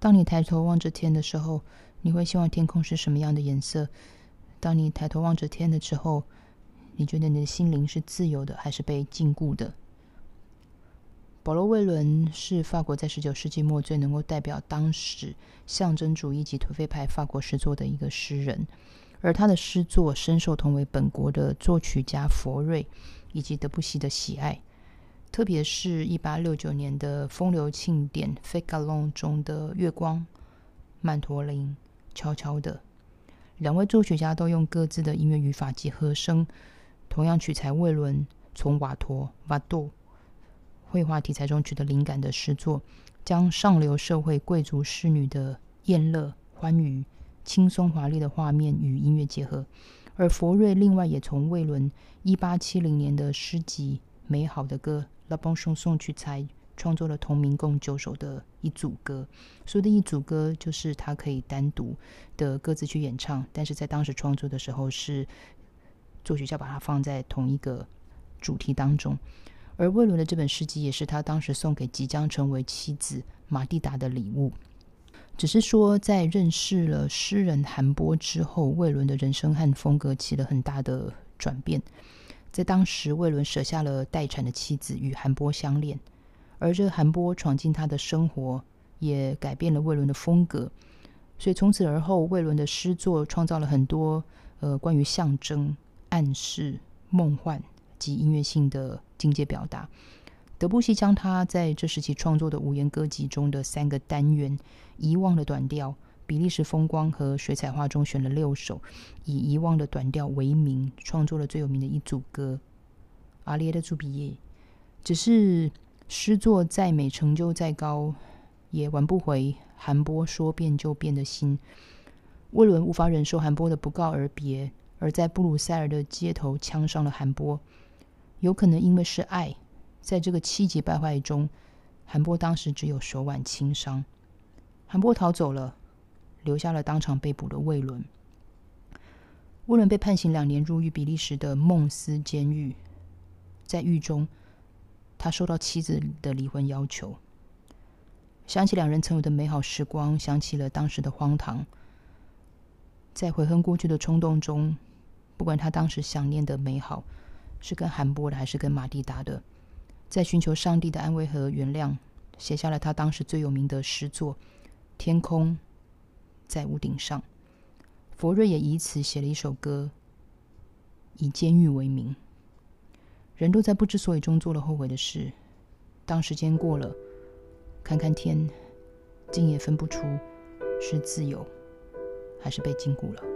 当你抬头望着天的时候，你会希望天空是什么样的颜色？当你抬头望着天的时候，你觉得你的心灵是自由的还是被禁锢的？保罗·魏伦是法国在19世纪末最能够代表当时象征主义及颓废派法国诗作的一个诗人，而他的诗作深受同为本国的作曲家佛瑞以及德布西的喜爱，特别是1869年的风流庆典 Fête Galante 中的月光、曼陀林、悄悄的，两位作曲家都用各自的音乐语法及和声，同样取材魏伦从瓦陀 Watteau 绘画题材中取得灵感的诗作，将上流社会贵族仕女的宴乐、欢愉、轻松华丽的画面与音乐结合。而佛瑞另外也从魏伦1870年的诗集《美好的歌》La Bonne Chanson 取材，创作了同名共9首的一组歌。所谓的一组歌就是他可以单独的各自去演唱，但是在当时创作的时候是作曲家把它放在同一个主题当中。而魏伦的这本诗集也是他当时送给即将成为妻子玛蒂达的礼物。只是说在认识了诗人韩波之后，魏伦的人生和风格起了很大的转变。在当时，魏伦舍下了待产的妻子与韩波相恋，而这韩波闯进他的生活也改变了魏伦的风格。所以从此而后，魏伦的诗作创造了很多关于象征、暗示、梦幻及音乐性的境界表达。德布西将他在这时期创作的五言歌集中的3个单元遗忘的短调、比利时风光和水彩画中选了6首，以遗忘的短调为名，创作了最有名的一组歌阿列的朱比叶。只是诗作再美，成就再高，也挽不回韩波说变就变的心。魏伦无法忍受韩波的不告而别，而在布鲁塞尔的街头枪伤了韩波。有可能因为是爱，在这个气急败坏中，韩波当时只有手腕轻伤。韩波逃走了，留下了当场被捕的魏伦。魏伦被判刑2年入狱比利时的孟斯监狱，在狱中他收到妻子的离婚要求，想起2人曾有的美好时光，想起了当时的荒唐，在悔恨过去的冲动中，不管他当时想念的美好是跟韩波的还是跟玛蒂达的，在寻求上帝的安慰和原谅，写下了他当时最有名的诗作《天空在屋顶上》。佛瑞也以此写了一首歌，以监狱为名。人都在不知所以中做了后悔的事，当时间过了，看看天，竟也分不出是自由还是被禁锢了。